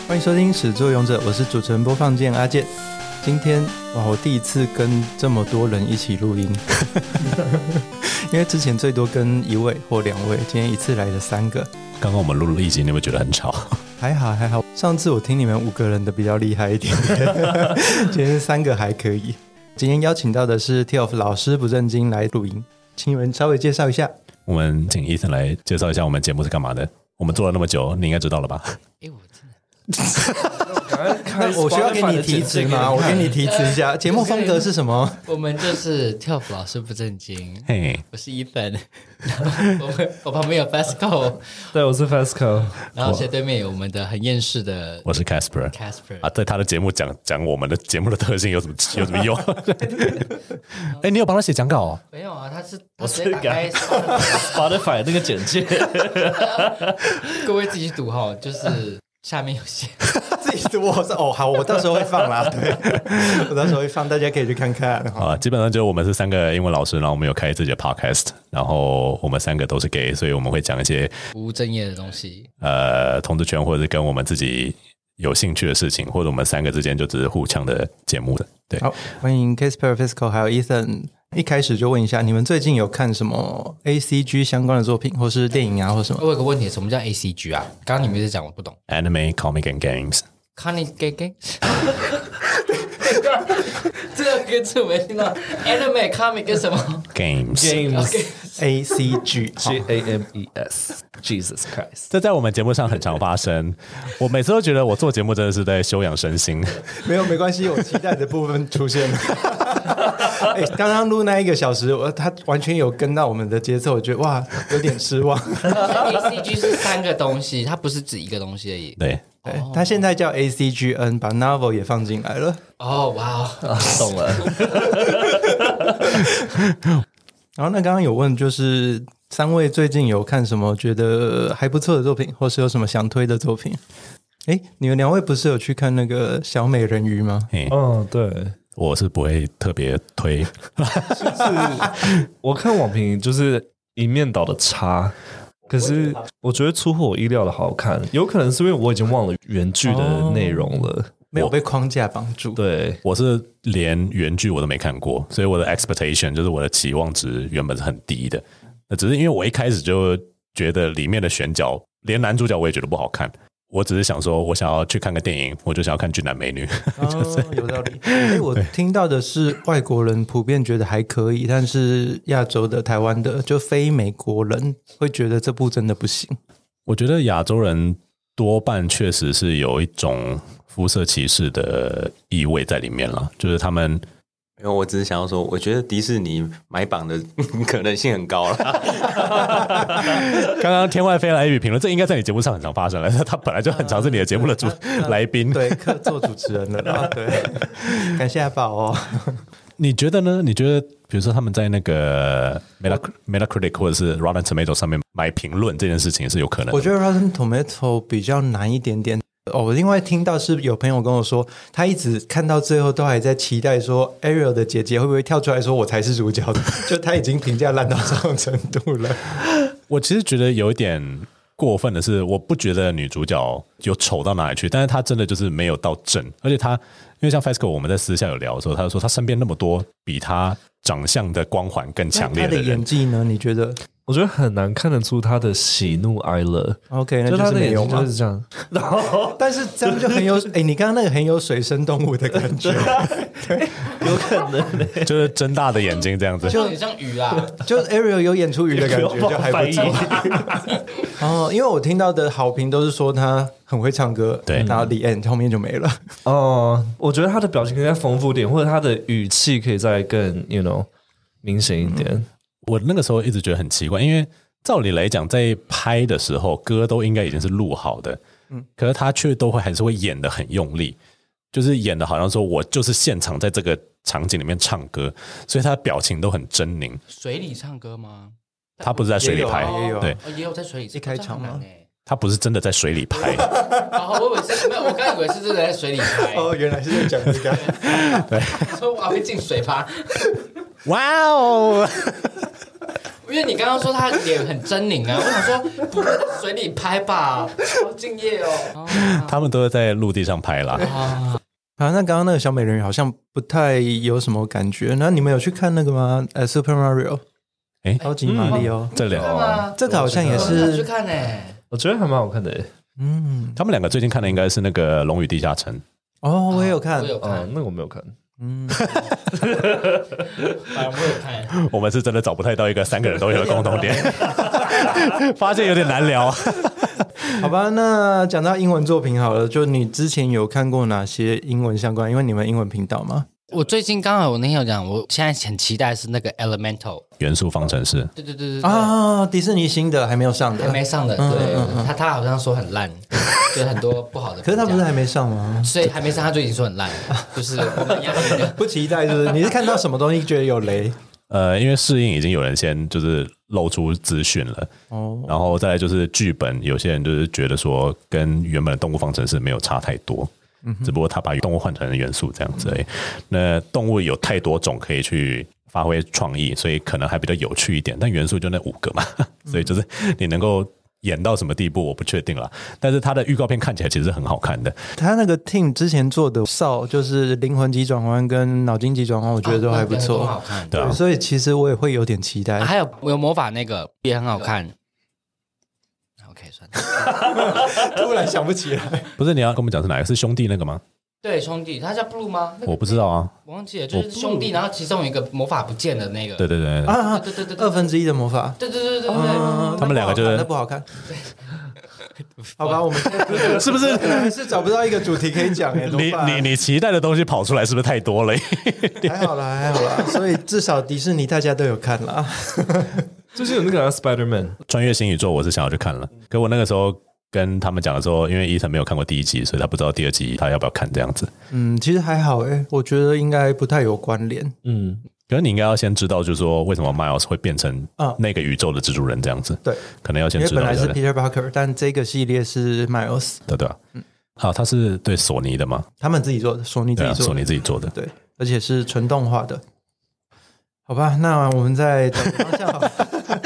欢迎收听始作俑者，我是主持人播放键阿健。今天我第一次跟这么多人一起录音因为之前最多跟1位或2位，今天一次来了3个。 刚刚我们录了一集，你有没有觉得很吵？ 还好，上次我听你们5个人的比较厉害一点今天3个还可以。今天邀请到的是 TILF 老师不正经来录音，请你们稍微介绍一下。 我们请 Ethan 来介绍一下我们节目是干嘛的。我们做了那么久，你应该知道了吧？ 我真的那我需要给你提词吗？我给你提词一下，节目风格是什么？ 我们就是 TILF 老师不正经。 嘿， 我是Ethan，我旁边有 Fasco， 对，我是 Fasco， 然后斜对面有我们的很厌世的， 我是 Casper 啊，在他的节目讲我们的节目的特性有什么用？你有帮他写讲稿哦？ 没有啊，他直接打开 Spotify 那个简介， 各位自己读哈，就是下面有写。 自己读我说好，我到时候会放啦。对，我到时候会放，大家可以去看看。 基本上就我们是3个英文老师，然后我们有开自己的 podcast， 然后我们3个都是 gay， 所以我们会讲一些不务正业的东西， 同志圈或者是跟我们自己有兴趣的事情，或者我们3个之间就只是互呛的节目的。对， 好，欢迎 Casper、Fasco 还有 Ethan。一开始就问一下，你们最近有看什么 ACG 相关的作品，或是电影啊，或什么？ 我有个问题，什么叫 ACG 啊？刚刚你们在讲，我不懂。 Anime, Comic and Games。Comic Games 这个字我没听到。Anime, Comic 跟什么 Games ACG GAMES Jesus Christ， 这在我们节目上很常发生。我每次都觉得我做节目真的是在休养身心。 没关系，我期待的部分出现了。刚刚录那1个小时，他完全有跟到我们的节奏，我觉得哇，有点失望。 ACG 是3个东西，它不是指1个东西而已。 对， 他现在叫 ACGN， 把 Novel 也放进来了。 哦，哇， 懂了。 然后那刚刚有问，就是3位最近有看什么觉得还不错的作品，或是有什么想推的作品？你们2位不是有去看那个小美人鱼吗？ 对， 我是不会特别推。 就是我看网评就是一面倒的差，可是我觉得出乎我意料的好看，有可能是因为我已经忘了原剧的内容了。 没有被框架绑住。 对， 我是连原剧我都没看过，所以我的 expectation 就是我的期望值原本是很低的。只是因为我一开始就觉得里面的选角，连男主角我也觉得不好看。我只是想说，我想要去看个电影，我就想要看俊男美女。 有道理。我听到的是外国人普遍觉得还可以，但是亚洲的、台湾的，就非美国人会觉得这部真的不行。 我觉得亚洲人多半确实是有一种肤色歧视的意味在里面了，就是他们。 没有，我只是想要说，我觉得迪士尼买榜的可能性很高啦。 刚刚天外飞来一笔评论，这应该在你节目上很常发生了，他本来就很常是你的节目的来宾， 对，客座主持人了啦。对，感谢阿宝哦。 你觉得呢？你觉得比如说他们在那个 Metacritic 或者是 Rotten Tomato 上面买评论这件事情是有可能的？ 我觉得 Rotten Tomato 比较难一点点。我另外听到是有朋友跟我说，他一直看到最后都还在期待说 Ariel 的姐姐会不会跳出来说我才是主角的，就他已经评价烂到这种程度了。 我其实觉得有一点过分的是，我不觉得女主角有丑到哪里去，但是她真的就是没有到正，而且她因为像 Fasco 我们在私下有聊的时候，他就说他身边那么多比她长相的光环更强烈的人。 她的演技呢？你觉得？ 我觉得很难看得出他的喜怒哀乐。 OK， 那就就是没有嘛， 就是这样。 但是这样就很有你刚刚那个很有水生动物的感觉， 对，有可能就是睁大的眼睛这样子， 就很像鱼啦。 就 Ariel 有演出鱼的感觉，就还不错。因为我听到的好评都是说他很会唱歌， 对， 然后 the end 后面就没了。 我觉得他的表情可以再丰富点，或者他的语气可以再更明显一点。 我那个时候一直觉得很奇怪，因为照理来讲，在拍的时候歌都应该已经是录好的，可是他却还是会演得很用力，就是演的好像说我就是现场在这个场景里面唱歌，所以他的表情都很狰狞。 水里唱歌吗？ 他不是在水里拍， 对， 也有在水里。 一开场吗？ 他不是真的在水里拍。 我以为是没有，我刚以为是真的在水里拍。 原来是在讲这个。 对， 说我还会进水吧。 哇哦！ 因为你刚刚说他脸很狰狞啊，我想说不会在水里拍吧，好敬业哦。 他们都是在陆地上拍啦。 好，那刚刚那个小美人鱼好像不太有什么感觉。那你们有去看那个吗？Super Mario， 超级马里奥， 这两这个好像也我是去看呢。 我觉得还蛮好看的。 他们两个最近看的应该是那个《龙与地下城》。 哦，我也有看， 我有看， 那个我没有看。 反正我有看。 我们是真的找不太到一个3个人都有的共同点，发现有点难聊。 好吧，那讲到英文作品好了，就你之前有看过哪些英文相关？因为你们英文频道嘛。 我最近刚好我那天有讲，我现在很期待是那个 Elemental 元素方程式。 对啊，迪士尼新的还没有上的， 还没上的，对，他好像说很烂，就很多不好的评价。 可是他不是还没上吗？ 所以还没上，他就已经说很烂，就是我们一样不期待，是不是？你是看到什么东西觉得有雷？ 因为试映已经有人先就是露出资讯了，然后再来就是剧本，有些人就是觉得说跟原本的动物方程式没有差太多。只不过他把动物换成元素这样子而已。那动物有太多种可以去发挥创意，所以可能还比较有趣一点。但元素就那5个嘛，所以就是你能够演到什么地步我不确定啦。但是他的预告片看起来其实很好看的。 他那个 team 之前做的就是灵魂急转弯跟脑筋急转弯，我觉得都还不错， 很好看。 对啊， 所以其实我也会有点期待。 还有魔法那个也很好看。OK， 算了， 突然想不起来。 不是你要跟我们讲是哪个？是兄弟那个吗？ 对，兄弟，他叫 Blue 吗？ 我不知道啊， 我忘记了，就是兄弟，然后其中有一个魔法不见的那个。 对啊， 对 1/2的魔法。 对， 他们两个就是那不好看。好吧，我们是不是还是找不到一个主题可以讲？ 你期待的东西跑出来是不是太多了？ 还好啦，所以至少迪士尼大家都有看啦。 最近有那个 Spider-Man 穿越新宇宙，我是想要去看了。可我那个时候跟他们讲的时候，因为伊藤没有看过第1集，所以他不知道第2集他要不要看这样子。 其实还好我觉得应该不太有关联。 可是你应该要先知道，就是说为什么 Miles 会变成那个宇宙的蜘蛛人这样子。 对， 可能要先知道。 因为本来是 Peter Parker， 但这个系列是 Miles。 对吧？好，他是对索尼的吗？ 他们自己做的，索尼自己做的。 索尼自己做的。 对，而且是纯动画的。好吧，那我们再找个方向好了。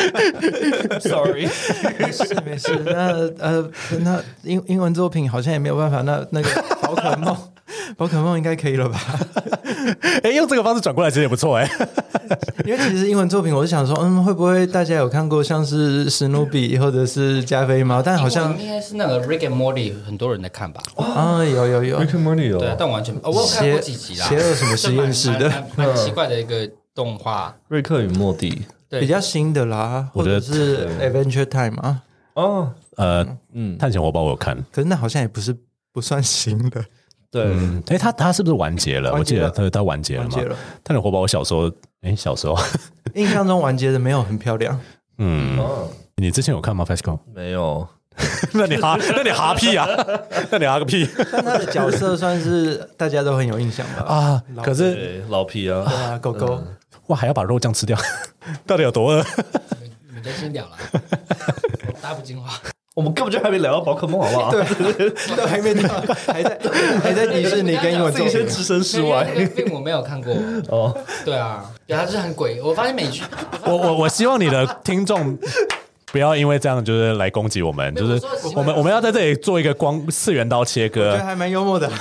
Sorry， 没事。那英文作品好像也没有办法。那个宝可梦应该可以了吧？ 用这个方式转过来其实也不错因为其实英文作品，我是想说，会不会大家有看过像是史努比或者是加菲猫？但好像应该是那个 Rick and Morty， 很多人在看吧？ 有 Rick and Morty 有。 对，但完全我有看过几集啦。 邪恶什么实验室的， 蛮奇怪的一个动画。 瑞克与莫蒂， 比较新的啦， 我觉得或者是 Adventure Time 啊。 探险活宝我有看， 可是那好像也不算新的。 对， 他是不是完结了？我记得他完结了嘛。探险活宝我小时候印象中完结的没有很漂亮。 你之前有看吗 ？Fasco 没有。 那你哈屁啊？那你哈个屁！ 但他的角色算是大家都很有印象吧？ 啊，可是老皮啊， 对啊，狗狗， 哇，还要把肉酱吃掉，到底有多饿？ 你就先聊了，大家不进话。 我们根本就还没聊到宝可梦，好不好？ 对，都还没到，还在迪士尼跟英文作品， 先置身事外。 那个 film 我没有看过哦。对啊，对，它就是很诡异。我发现每句， 我希望你的听众不要因为这样就是来攻击我们，就是我们要在这里做一个4元刀切割， 我觉得还蛮幽默的。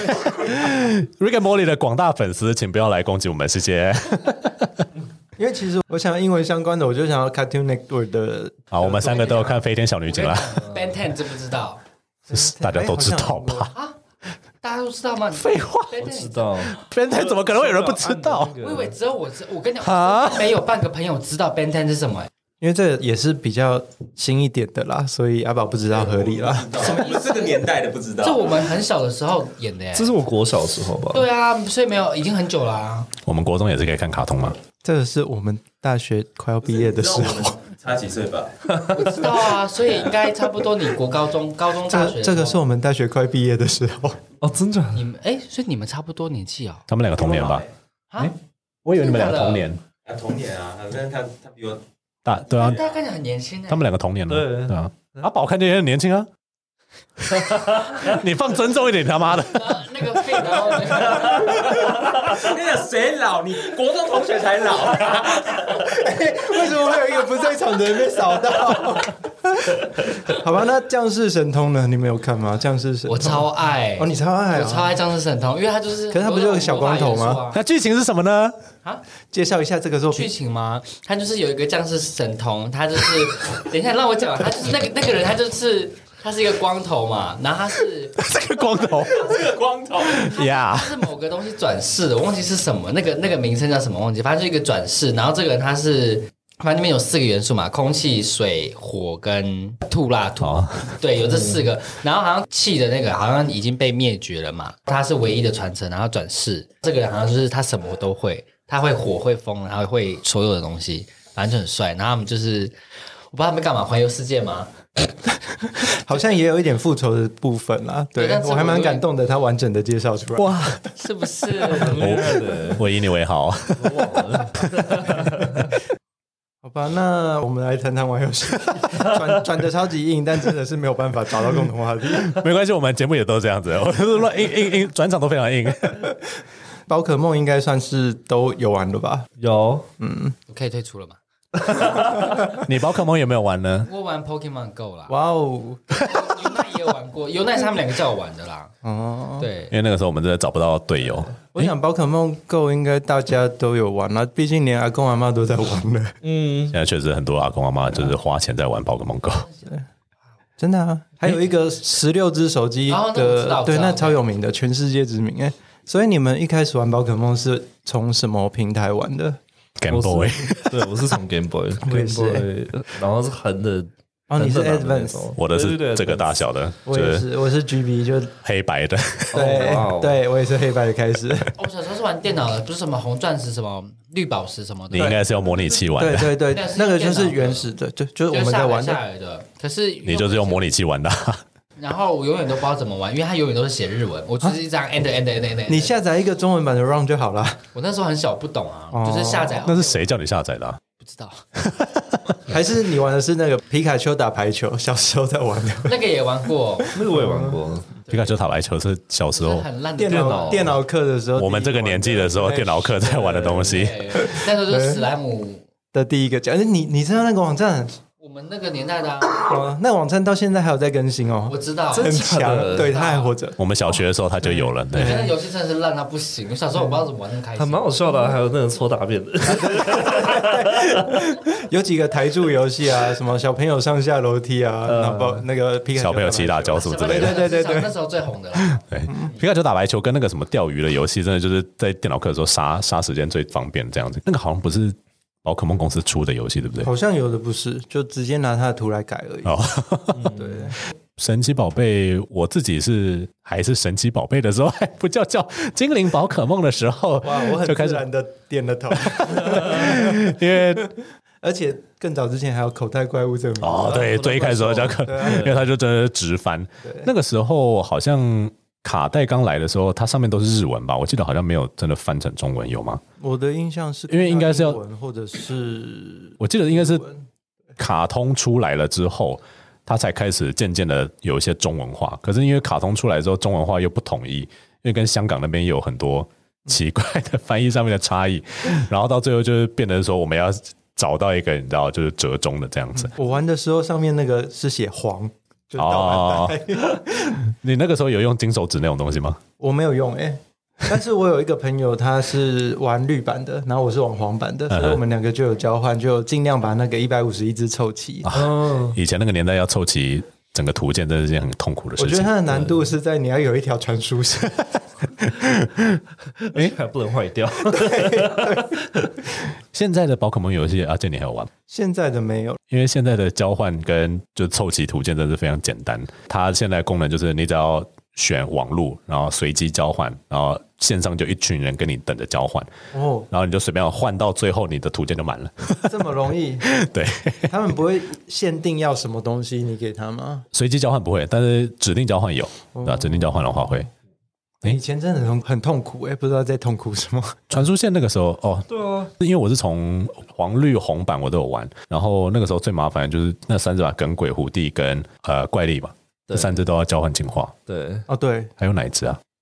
Rick and Morty 的广大粉丝，请不要来攻击我们，谢谢。 因为其实我想要英文相关的，我就想要 Cartoon Network 的。 好，我们3个都有看《飞天小女警》啦。 Ben 10知不知道？ 大家都知道吧？ 啊，大家都知道吗？ 废话， 我知道。 Ben 10怎么可能会有人不知道？ 我以为只有我跟你讲，没有半个朋友知道 Ben 10是什么。 因为这也是比较新一点的啦，所以阿宝不知道合理啦。 什么意思？这个年代的不知道。 这我们很小的时候演的耶。 这是我国小时候吧？ 对啊，所以没有，已经很久了啊。 我们国中也是可以看卡通吗？ 这个是我们大学快要毕业的时候， 差几岁吧？ 我知道啊，所以应该差不多你国高中、大学。 这个是我们大学快毕业的时候。 哦，真的？ 你们所以你们差不多年纪哦。 他们2个同年吧？ 啊， 我以为你们2个同年。 同年啊，但他比我大，对啊， 大家看起来很年轻。 他们2个同年了， 对啊。阿宝看起来很年轻啊。你放尊重一点，他妈的！ 那一个 fit， 然后那个谁老？你国中同学才老。 为什么会有一个不在场的人被扫到？好吧，那降世神通呢？你们有看吗？降世神通我超爱哦，你超爱我超爱降世神通，因为他就是， 可是他不就有个小光头吗魔法元素啊那剧情是什么呢？ 介绍一下这个作剧品。 情吗？他就是有一个降世神通，他就是，等一下让我讲，他就是那个人，他是一个光头嘛，然后他是这个光头， 这个光头呀他是某个东西转世的，我忘记是什么，那个名称叫什么忘记，反正就一个转世，然后这个人他是。反正里面有4个元素嘛，空气、水、火跟土。对，有这4个。然后好像气的那个好像已经被灭绝了嘛，他是唯一的传承，然后转世。这个人好像就是他什么都会，他会火会风，然后会所有的东西，反正就很帅。然后他们就是我不知道他们干嘛，环游世界吗？ 好像也有一点复仇的部分啦。对， 但是我还蛮感动的，他完整的介绍出来。 哇， 是不是？ 我以你为豪。 好吧，那我们来谈谈玩游戏。转的超级硬，但真的是没有办法找到共同话题。 没关系，我们节目也都这样子，我就是乱硬，转场都非常硬。 宝可梦应该算是都有玩了吧？ 有， 我可以退出了吗？ 你宝可梦有没有玩呢？ 我玩 Pokemon Go 啦， 哇哦， 尤奈也有玩过，尤奈是他们2个叫我玩的啦。 哦， 对因，为那个时候我们真的找不到队友。 我想宝可梦 Go 应该大家都有玩啦，毕竟连阿公阿妈都在玩了。 现在确实很多阿公阿妈就是花钱在玩宝可梦 Go。 真的啊，还有一个16只手机哦那我知的， 道对，那超有名的，全世界知名。哎，所以你们一开始玩宝可梦是从什么平台玩的？ Game Boy， 对，我是从 Game Boy， 我也是 Boy，然后是横的。 哦，你是横的那 Advance， 种我的是对对对这个大小的， 我也就是是，我是 GB，就黑白的。 对哇哦对，我也是黑白的开始。 我小时候是玩电脑的，不是什么红钻石、什么绿宝石什么的你。应该是用模拟器玩的， 对对对那是， 那个就是原始的，就是我们在玩下的。 来的，可是你就是用模拟器玩的。 然后我永远都不知道怎么玩，因为它永远都是写日文，我就是一张 end。 你下载一个中文版的 ROM 就好了。 我那时候很小不懂啊， 哦就是下载。 那是谁叫你下载的啊？ 不知道， 还是你玩的是那个皮卡丘打排球？小时候在玩的那个也玩过， 那个我也玩过。 皮卡丘打排球是小时候很烂的电脑课的时候， 我们这个年纪的时候，电脑课在玩的东西。 对那时候就是史莱姆， 的第一个讲。你知道那个网站？ 我们那个年代的啊， 哦，那个网站到现在还有在更新哦， 我知道。 很强，对，它还活着。 我们小学的时候它就有了， 我觉对。 得游戏真的是烂到不行，我小时候我不知道怎么玩那么开还心。 蛮好笑的啊，还有那个搓大便的。 有几个台柱游戏啊，什么小朋友上下楼梯啊，然后那个皮卡丘小朋友骑大脚什么之类的。 对那时候最红的啦。 对，皮卡丘打排球跟那个什么钓鱼的游戏，真的就是在电脑课的时候杀时间最方便这样子。那个好像不是宝可梦公司出的游戏，对不对？ 好像有的不是，就直接拿它的图来改而已。 哦， 对， 神奇宝贝，我自己还是神奇宝贝的时候，还不叫精灵宝可梦的时候， 哇，我很就开始， 自然的点了头， 因为而且更早之前还有口袋怪物这种。 哦，对，最一开始时候叫对啊因为它就真的是直翻。那个时候好像卡带刚来的时候，它上面都是日文吧？我记得好像没有真的翻成中文，有吗？ 我的印象是， 因为应该是要英文或者是， 我记得应该是卡通出来了之后，它才开始渐渐的有一些中文化。可是因为卡通出来之后，中文化又不统一，因为跟香港那边也有很多奇怪的翻译上面的差异，然后到最后就是变成说我们要找到一个你知道就是折中的这样子。 我玩的时候上面那个是写黄，就是盗版带。 你那个时候有用金手指那种东西吗？ 我没有用但是我有一个朋友他是玩绿版的，然后我是玩黄版的，所以我们2个就有交换，就尽量把那个151只凑齐。 以前那个年代要凑齐整个图鉴，真的是一件很痛苦的事情。 我觉得它的难度是在你要有一条传输线。 还不能坏掉。 现在的宝可梦游戏，阿健你还有玩吗？ 现在的没有， 因为现在的交换跟就凑齐图鉴真的是非常简单。它现在功能就是你只要选网路，然后随机交换，然后线上就一群人跟你等着交换， 哦， 然后你就随便换到最后你的图鉴就满了。 这么容易？ 对， 他们不会限定要什么东西你给他吗？ 随机交换不会，但是指定交换有，对吧？指定交换的话会。 以前真的很痛苦不知道在痛苦什么。 传输线那个时候哦， 对啊， 因为我是从黄绿红版我都有玩，然后那个时候最麻烦的就是那3只吧，耿鬼、虎帝跟怪力嘛，这3只都要交换进化。 对， 哦对， 还有哪一只啊？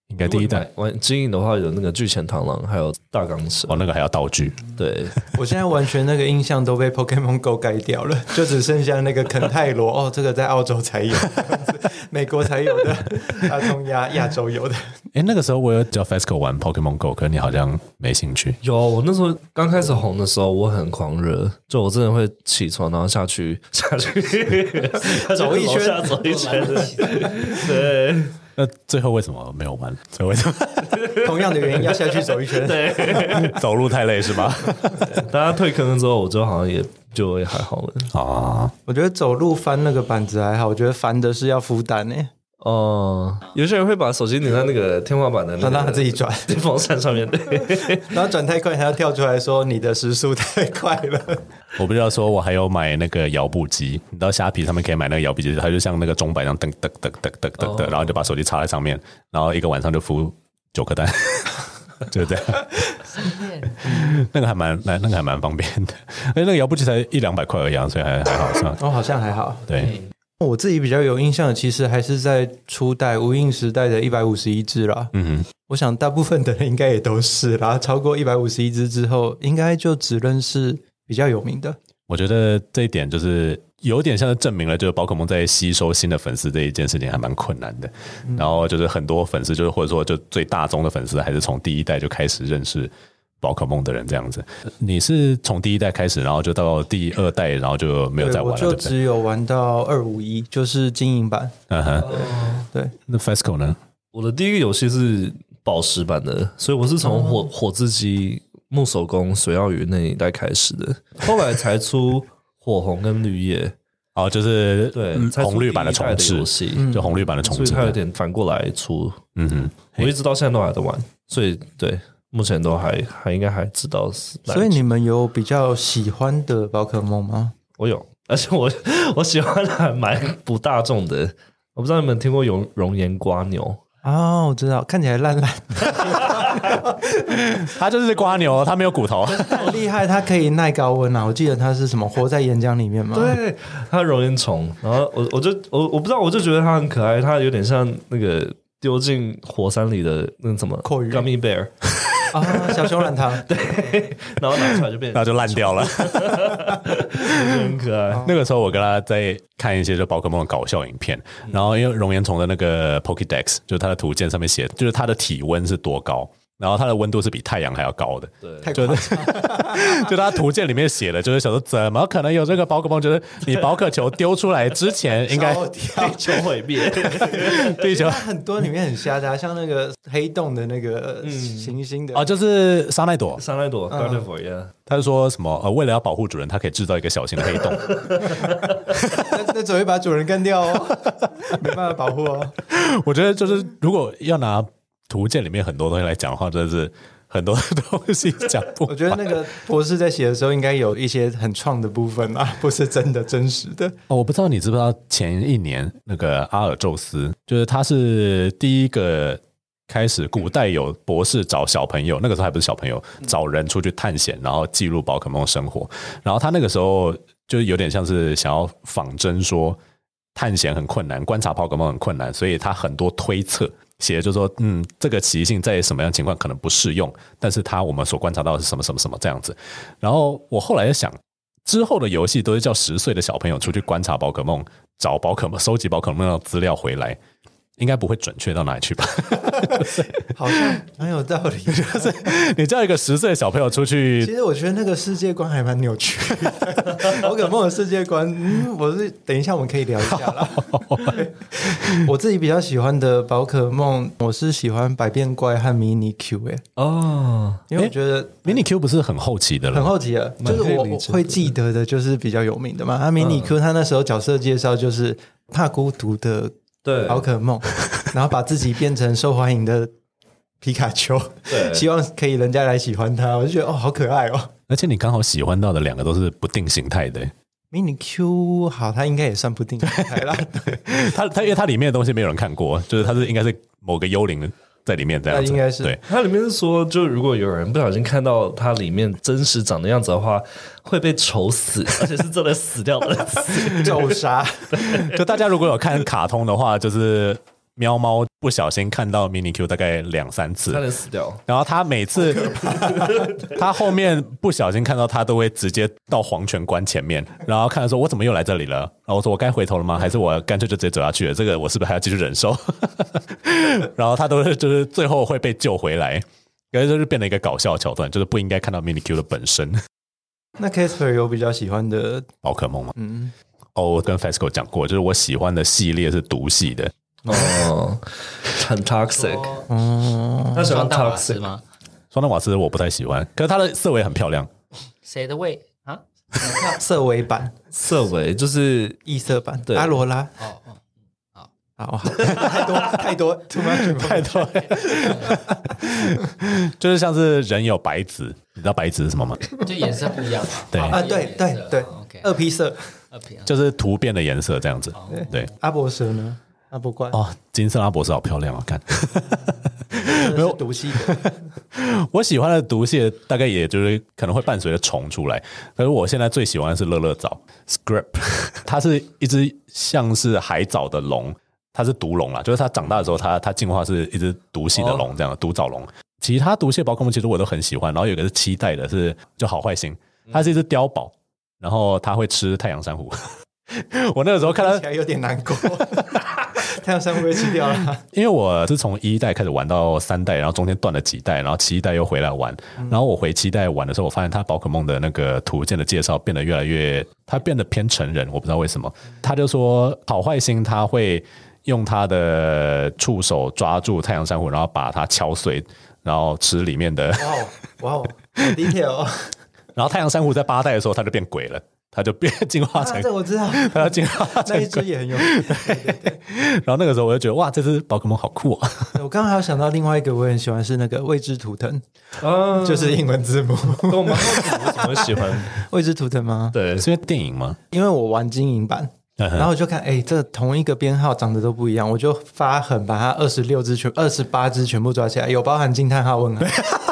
应该第一代玩经营的话，有那个巨潜螳螂，还有大钢蛇。 哦，那个还要道具。 对， 我现在完全那个印象都被 Pokemon Go 改掉了，就只剩下那个肯泰罗哦，这个在澳洲才有，美国才有的，大中亚洲有的。 哎，那个时候我有叫 Fesco 玩 Pokemon Go， 可是你好像没兴趣。 有，我那时候刚开始红的时候，我很狂热，就我真的会起床，然后下去走一圈， 走一圈。对。 那最后为什么没有玩？最后为什么？ 同样的原因，要下去走一圈。 对， 走路太累是吧？ 大家退坑之后，我就好像也就会还好了啊。 我觉得走路翻那个板子还好，我觉得翻的是要孵蛋诶。 有些人会把手机拧在那个天花板的那个让他自己转电风扇上面，对， 然后转太快，还要跳出来说你的时速太快了。 我不知道说，我还有买那个摇步机，你知道虾皮上面可以买那个摇步机，它就像那个钟摆一样，噔噔噔噔噔噔噔，然后就把手机插在上面，然后一个晚上就孵9颗蛋，就这样。那个还蛮方便的，而且那个摇步机才100-200块而已，所以还好算。 哦，好像还好。 对。 我自己比较有印象的，其实还是在初代无印时代的151只啦。我想大部分的人应该也都是啦。超过151只之后，应该就只认识比较有名的。 我觉得这一点就是有点像是证明了，就是宝可梦在吸收新的粉丝这一件事情还蛮困难的。然后就是很多粉丝，就是或者说就最大宗的粉丝，还是从第一代就开始认识宝可梦的人这样子。你是从第一代开始，然后就到第2代，然后就没有再玩了， 我就只有玩到251，就是精英版。对。 那 Fesco 呢？ 我的第一个游戏是宝石版的，所以我是从火字机、木手工、水曜鱼那一代开始的，后来才出火红跟绿叶。 哦，就是对红绿版的重置游戏， 就红绿版的重置， 所以它有点反过来出。我一直到现在都还在玩，所以对。目前都还应该还知道是。 所以你们有比较喜欢的宝可梦吗？ 我有，而且我喜欢的还蛮不大众的。我不知道你们听过熔岩瓜牛啊？我知道，看起来烂烂。 它就是瓜牛，它没有骨头， 很厉害，它可以耐高温啊！我记得它是什么活在岩浆里面吗？ 对，它熔岩虫。然后我不知道，我就觉得它很可爱，它有点像那个丢进火山里的那什么 gummy bear。 小熊软糖。 对，然后拿出来就变， 然后就烂掉了， 很可爱。 那个时候我跟他在看一些就宝可梦的搞笑影片，然后因为熔岩虫的那个 Pokédex， 就是它的图鉴上面写，就是它的体温是多高。然后它的温度是比太阳还要高的， 对， 就它图鉴里面写的，就是想说怎么可能有这个宝可梦？就是你宝可球丢出来之前，应该地球毁灭， 地球很多里面很瞎的，像那个黑洞的那个行星的就是沙奈朵 Gardevoir， 他就说什么为了要保护主人，他可以制造一个小型的黑洞， 那只会把主人干掉哦，没办法保护哦。 我觉得就是如果要拿图鉴里面很多东西来讲的话，真的是很多东西讲不完。 我觉得那个博士在写的时候，应该有一些很创的部分啊，不是真的真实的。 我不知道你知不知道，前一年那个阿尔宙斯，就是他是第一个开始古代有博士找小朋友，那个时候还不是小朋友，找人出去探险，然后记录宝可梦生活。然后他那个时候就有点像是想要仿真说探险很困难，观察宝可梦很困难，所以他很多推测。写的就是说，这个习性在什么样的情况可能不适用，但是我们所观察到的是什么什么什么这样子。然后我后来在想，之后的游戏都是叫10岁的小朋友出去观察宝可梦，找宝可梦，收集宝可梦的资料回来，应该不会准确到哪里去吧？ 好像蛮有道理， 就是你叫一个10岁的小朋友出去， 其实我觉得那个世界观还蛮扭曲的。宝可梦的世界观，我是等一下我们可以聊一下啦。我自己比较喜欢的宝可梦，我是喜欢百变怪和迷你 Q 因为我觉得迷你 Q 不是很后期的了， 很后期了，就是我会记得的，就是比较有名的嘛。迷你 Q 他那时候角色介绍就是怕孤独的宝可梦，然后把自己变成受欢迎的皮卡丘，希望可以人家来喜欢他，我就觉得好可爱哦。 而且你刚好喜欢到的2个都是不定形态的。 迷你 Q 好，它应该也算不定形态啦。对， 因为它里面的东西没有人看过，就是它是应该是某个幽灵在里面这样子， 应该是对。 它里面是说，就如果有人不小心看到它里面真实长的样子的话，会被愁死，而且是真的死掉的死， 咒杀。 就大家如果有看卡通的话，就是喵猫不小心看到 Mini Q 大概2-3次， 差点死掉。 然后他每次他后面不小心看到他都会直接到黄泉关前面，然后看到说我怎么又来这里了，然后我说我该回头了吗？还是我干脆就直接走下去了？这个我是不是还要继续忍受？然后他都是就是最后会被救回来，可是就是变成一个搞笑的桥段，就是不应该看到 Mini Q 的本身。 那 Casper 有比较喜欢的宝可梦吗？我跟 Fasco 讲过，就是我喜欢的系列是毒系的。 很 toxic。他喜欢双蛋瓦 toxic 斯吗？ 双蛋瓦斯我不太喜欢，可是它的色尾很漂亮。 谁的味啊？ 色尾版、 色尾就是异色版， 对阿罗拉。好，太多 too much 太多，就是像是人有白子，你知道白子是什么吗？ 就颜色不一样嘛。 对啊，对对对 ，OK， 二 P 色。 就是突变的颜色这样子。对， 阿伯蛇呢？阿伯怪哦，金色阿博士好漂亮啊！看， 没有毒系的。 我喜欢的毒系大概也就是可能会伴随着虫出来，可是我现在最喜欢的是乐乐藻 Scrip， 它是一只像是海藻的龙，它是毒龙啦，就是它长大的时候它进化是一只毒系的龙，这样的毒藻龙。其他毒系宝可梦其实我都很喜欢，然后有一个是期待的是就好坏星，它是一只碉堡，然后它会吃太阳珊瑚。我那个时候看到起来有点难过，太阳珊瑚被吃掉了。 因为我是从1代开始玩到3代，然后中间断了几代，然后7代又回来玩。然后我回7代玩的时候，我发现它宝可梦的那个图鉴的介绍变得越来越，它变得偏成人，我不知道为什么。他就说好坏星他会用他的触手抓住太阳珊瑚，然后把它敲碎，然后吃里面的。 哇哦，好 detail。 然后太阳珊瑚在8代的时候，它就变鬼了。它就变进化成， 这我知道， 它要进化成那一只也很有名。 然后那个时候我就觉得哇，这只宝可梦好酷啊！ 我刚刚还有想到另外一个我很喜欢是那个未知图腾，就是英文字母。 我蛮好奇为什么会喜欢未知图腾吗？ 对， 是因为电影吗？ 因为我玩金银版。然后我就看，这同一个编号长得都不一样，我就发狠把它28只全部抓起来，有包含惊叹号问号。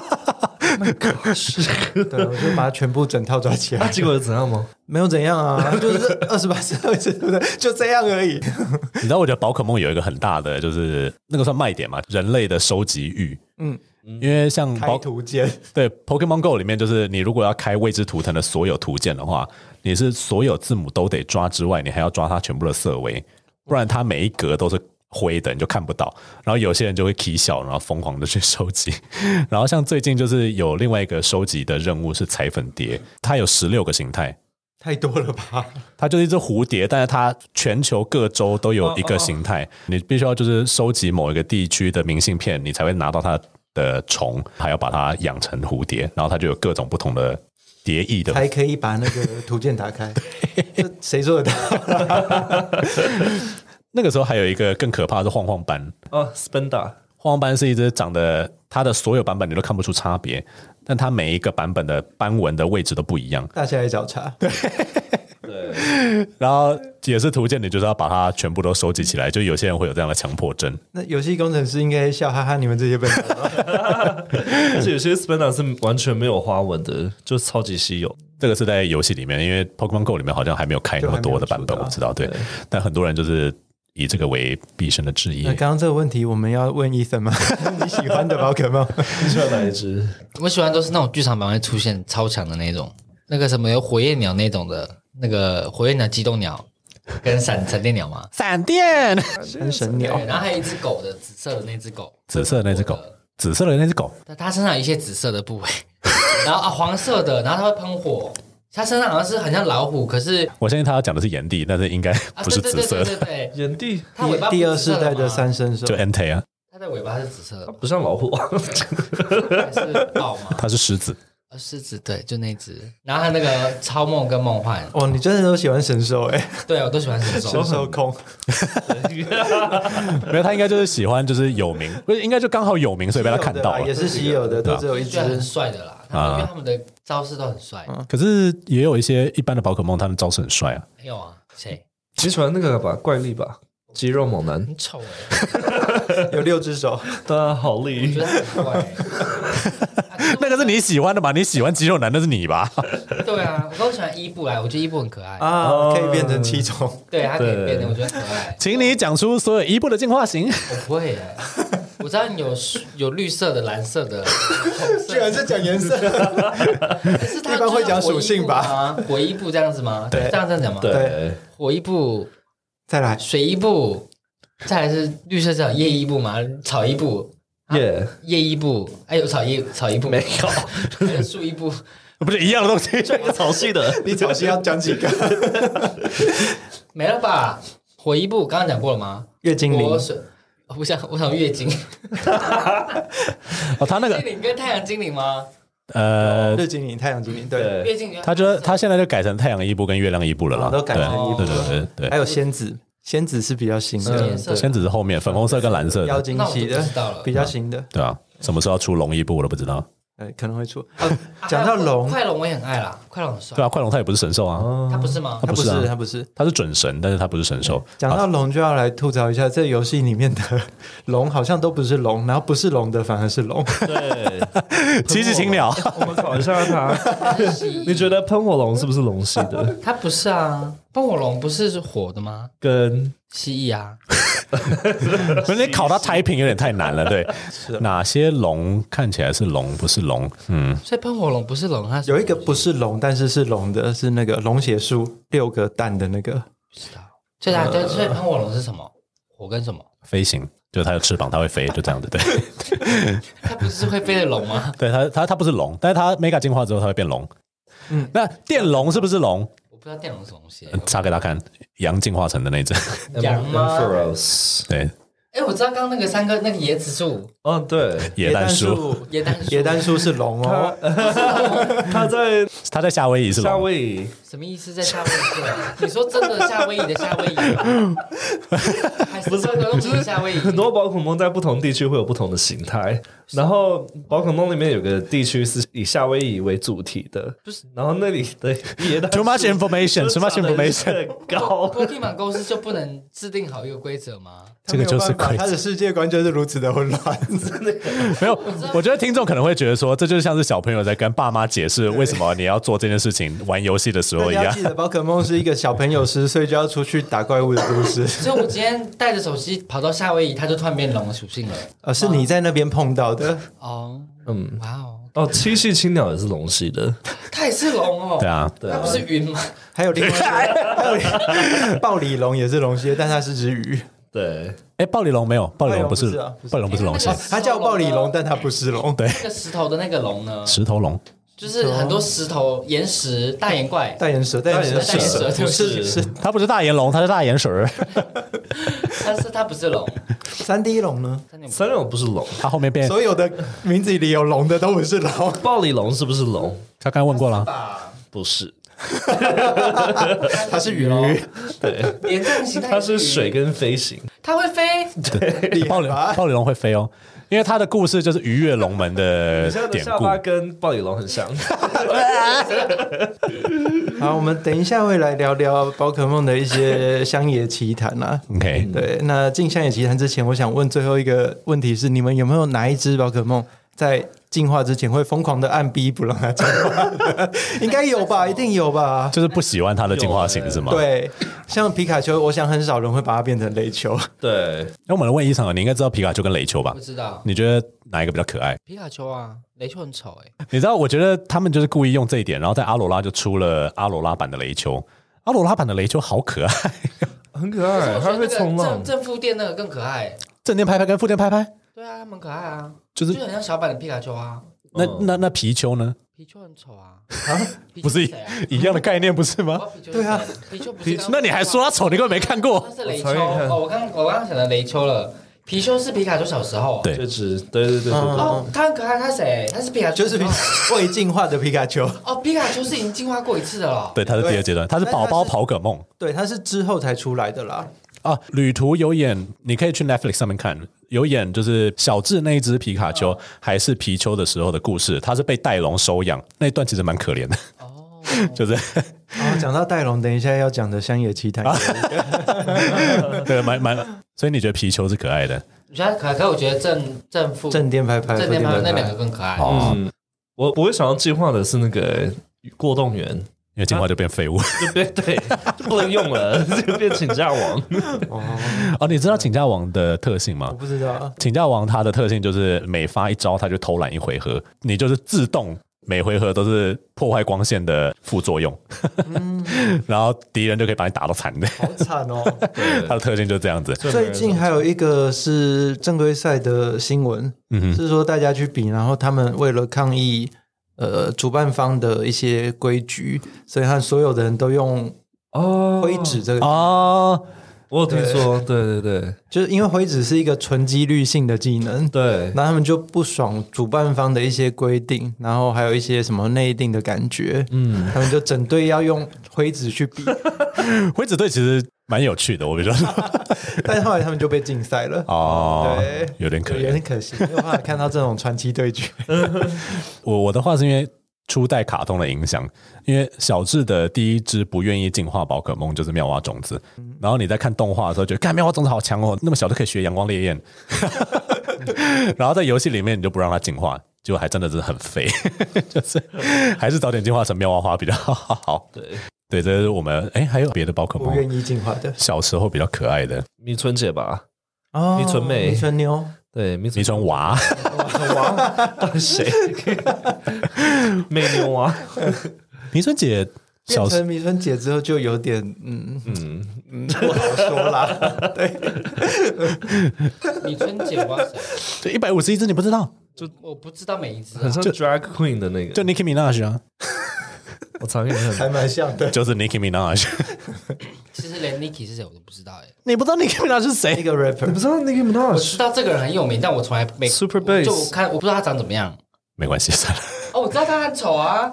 对，我就把它全部整套抓起来。 结果怎样吗？ 没有怎样啊，就是28只未知图腾，就这样而已。 你知道，我觉得宝可梦有一个很大的，就是那个算卖点嘛，人类的收集欲。因为像开图鉴， 对 Pokemon Go 里面，就是你如果要开未知图腾的所有图鉴的话，你是所有字母都得抓之外，你还要抓它全部的色尾，不然它每一格都是灰的，你就看不到。然后有些人就会起笑，然后疯狂的去收集。然后像最近就是有另外一个收集的任务是彩粉蝶，它有16个形态。 太多了吧？ 它就是一只蝴蝶，但是它全球各州都有一个形态，你必须要就是收集某一个地区的明信片，你才会拿到它的虫，还要把它养成蝴蝶，然后它就有各种不同的蝶翼的， 才可以把那个图鉴打开。这谁做得到？ 那个时候还有一个更可怕的是晃晃斑 Spenda， 晃晃斑是一只长得它的所有版本你都看不出差别，但它每一个版本的斑纹的位置都不一样。 大家来找茬。 对， 然后也是图鉴，你就是要把它全部都收集起来，就有些人会有这样的强迫症。 那游戏工程师应该笑哈哈，你们这些笨蛋。 而且有些 Spenda 是完全没有花纹的，就超级稀有。 这个是在游戏里面，因为 Pokemon Go 里面好像还没有开那么多的版本，我知道。对，但很多人就是以这个为毕生的职业。 那刚刚这个问题我们要问Ethan吗？你喜欢的宝可梦？ 你喜欢哪一只？ 我喜欢都是那种剧场版会出现超强的那种，那个什么有火焰鸟那种的，那个火焰鸟、机动鸟跟闪电鸟嘛， 闪电山神鸟对，，然后还有一只狗的紫色的那只狗， 紫色的那只狗，紫色的那只狗， 它身上有一些紫色的部位，然后黄色的，然后它会喷火。它身上好像是很像老虎，可是我相信他要讲的是炎帝，但是应该不是紫色的， 对， 炎帝， 它尾巴第二世代的三圣兽就 Entei 啊， 它的尾巴是紫色的， 不像老虎。 还是豹吗？ 它是狮子。 狮子对，就那只。然后它那个超梦跟梦幻， 哦，你真的都喜欢神兽对我都喜欢神兽。 神兽控。 没有，他应该就是喜欢就是有名，不是应该就刚好有名，所以被他看到了。 也是稀有的，都只有一只觉得很帅的啦，因为他们的招式都很帅。 可是也有一些一般的宝可梦，他们招式很帅啊。 没有啊，谁？ 你喜欢那个吧，怪力吧，肌肉猛男， 很丑有6只手， 对啊，好我力觉。得他很怪。他那个是你喜欢的吧？你喜欢肌肉男，那是你吧？ 对啊，我更喜欢伊布啦，我觉得伊布很可爱。 啊，可以变成7种。 对，它可以变成，我觉得很可爱。 请你讲出所有伊布的进化型。 我不会耶，我知道你有绿色的、蓝色的、红色居然是讲颜色， 可是它一般会讲属性吧？ 火伊布这样子吗？ 对这样讲吗？ 对， 火伊布， 再来水伊布，再来是绿色叫叶伊布嘛，草伊布。 耶， 叶伊布，哎，有草伊布没有， 还是树伊布？ 不是一样的东西， 一个草系的， 你草系要讲几个？ 没了吧？火伊布刚刚讲过了吗？ 月精灵火水，我想月经。 哦，他那个精灵跟太阳精灵吗？ 日精灵、太阳精灵，对， 月经， 他现在就改成太阳伊布跟月亮伊布了啦， 都改成伊布对对对还有仙子，仙子是比较新的， 颜色仙子是后面粉红色跟蓝色妖的， 精系的那我就不知道了， 比较新的， 对啊，什么时候要出龙伊布我都不知道。 可能会出。讲到龙， 快龙我也很爱啦，快龙很帅对。啊，快龙他也不是神兽啊， 他不是吗？ 他不是啊他不是。 他是准神，但是他不是神兽。 讲到龙，就要来吐槽一下，这游戏里面的龙好像都不是龙，然后不是龙的反而是龙。 对， 七只青鸟， 我们考一下他，你觉得喷火龙是不是龙系的？ 他不是啊，喷火龙不是火的吗？ 跟蜥蜴啊， 可是你考他 typing 有点太难了。对，哪些龙看起来是龙，不是龙？嗯， 所以喷火龙不是龙，它是有一个不是龙，但是是龙的，是那个龙血树6个蛋的那个。 不知道。所以喷火龙是什么？火跟什么？ 飞行，就是它有翅膀，它会飞，就这样子。对， 它不是会飞的龙吗？ 对，它不是龙，但是它 mega 进化之后它会变龙。嗯，那电龙是不是龙？ 我不知道电龙是什么东西。 查给他看，羊进化成的那只。 羊吗？ Ampharos 对， 哎，我知道刚刚那个3个那个椰子树， 哦，对， 野蛋树， 椰蛋树， 野丹树是龙哦， 他在它在夏威夷是夏龙。 威夷， 什么意思？在夏威夷？你说真的夏威夷的夏威夷吗？还是真的就是夏威夷？ 很多宝可梦在不同地区会有不同的形态，然后宝可梦里面有个地区是以夏威夷为主题的， 不是， 然后那里的野蛋 Too much information, too much information。 很高， 波蒂玛公司就不能制定好一个规则吗？ 这个就是规则他的世界观就是如此的混乱。 没有，我觉得听众可能会觉得说，这就像是小朋友在跟爸妈解释为什么你要做这件事情、玩游戏的时候一样大家记。得宝可梦是一个小朋友10岁就要出去打怪物的故事， 所以我今天带着手机跑到夏威夷，它就突然变龙的属性了。 是你在那边碰到的。 哦，哇哦， 哦，七系青鸟也是龙系的， 它也是龙哦。 对啊， 它不是云吗？ 还有另外一个暴鲤龙也是龙系，但它是只鱼。 对， 哎，暴鲤龙没有，暴鲤龙不是暴鲤龙不是啊不是暴鲤龙不是龙系哎， 它叫暴鲤龙，但它不是龙。对， 那个石头的那个龙呢？ 石头龙。 就是很多石头、岩石、大岩怪。 大岩蛇，大岩蛇大岩蛇不是是它不是大岩龙，它是大岩水儿。 它不是龙， 3D 龙呢？ 三龙不是龙， 它后面变， 所有的名字里有龙的都不是龙。 暴鲤龙是不是龙？ 他刚刚问过了。 吧？ 不是， 它是鱼， 对， 连这种形态， 它是水，跟飞行， 它会飞。 暴鲤暴鲤龙会飞哦，因为它的故事就是鱼跃龙门的你现在的典故。 下巴跟暴鲤龙很像， 好，我们等一下会来聊聊宝可梦的一些乡野奇谈啊。 OK， 对，那进乡野奇谈之前，我想问最后一个问题是：你们有没有哪一只宝可梦在进化之前会疯狂的按 B 不让它进化？应该有吧，一定有吧。 就是不喜欢它的进化型是吗？。 对，像皮卡丘，我想很少人会把它变成雷丘。 对， 那我们来问伊桑，你应该知道皮卡丘跟雷丘吧不？知道你觉得哪一个比较可爱？ 皮卡丘啊，雷丘很丑哎。 你知道，我觉得他们就是故意用这一点，然后在阿罗拉就出了阿罗拉版的雷丘。阿罗拉版的雷丘好可爱， 很可爱，它会我觉得那个冲浪， 正负电那个更可爱。 正电拍拍跟负电拍拍， 对啊，他们可爱啊， 就是就很像小版的皮卡丘啊。 那皮丘呢？ 皮丘很丑啊， 不是皮丘谁啊？ 一样的概念不是吗？ 对啊， 皮丘不是刚刚。 那你还说他丑，你根本没看过那。是雷丘我查给你看哦，我刚想的雷丘了。皮丘是皮卡丘小时候。 对这只，对， 哦，他很可爱，他谁？他是皮卡丘， 就是未进化的皮卡丘。 哦，皮卡丘是已经进化过一次的了。 对，它是第二阶段，它是宝宝宝可梦对，它是之后才出来的啦。 啊。旅途有演，你可以去 Netflix 上面看，有演就是小智那一只皮卡丘还是皮丘的时候的故事，它是被戴龙收养，那一段其实蛮可怜的。 哦， 就是讲到戴龙，等一下要讲的乡野奇谈。 对，所以你觉得皮丘是可爱的？ 我觉得可爱，可我觉得正负正电拍拍， 正电拍那负电两个更可爱。 哦， 我会想要进化的是那个过动员， 因为进化就变废物。 就变对就不能用了，就变请假王。 哦，你知道请假王的特性吗我？不知道。 请假王它的特性就是每发一招，它就偷懒一回合，你就是自动每回合都是破坏光线的副作用，然后敌人就可以把你打到惨的。 好惨哦！ 它的特性就是这样子。 最近还有一个是正规赛的新闻，是说大家去比，然后他们为了抗议主办方的一些规矩，所以他所有的人都用灰纸这个哦， 我有听说，对对对就是因为灰纸是一个纯几率性的技能， 对， 那他们就不爽主办方的一些规定，然后还有一些什么内定的感觉，他们就整队要用灰纸去比， 灰纸队其实蛮有趣的，我觉得。 但是后来他们就被禁赛了。 哦， 对， 有点可怜有点。可惜，没有办法看到这种传奇对决。 我的话是因为初代卡通的影响，因为小智的第一只不愿意进化宝可梦就是妙蛙种子，然后你在看动画的时候觉得，看妙蛙种子好强哦，那么小就可以学阳光烈焰，然后在游戏里面你就不让它进化，结果还真的是很废，就是还是早点进化成妙蛙花比较好。对，这是我们还有别的宝可梦不愿意进化的小时候比较可爱的迷春姐吧， 哦， 迷春妹迷春妞， 对，迷迷春娃。 王到底谁？美妞啊， 迷春姐小变成迷春姐之后就有点不好说啦。对， 你春姐哇塞， 就151只你不知道， 我不知道每一只、 很像 drag queen 的那个， 就 Nicki Minaj 啊， 我常给你看， 还蛮像的。 就是 Nicki Minaj。 其实连 Niki 是谁我都不知道哎。 你不知道 Nicki Minaj 是一谁？ 个 rapper， 你不知道 Nicki 我 Minaj 知道这个人很有名，但我从来没 Super 我 Bass 就我看我不知道他长怎么样。 没关系，算了。 哦，我知道他很丑啊。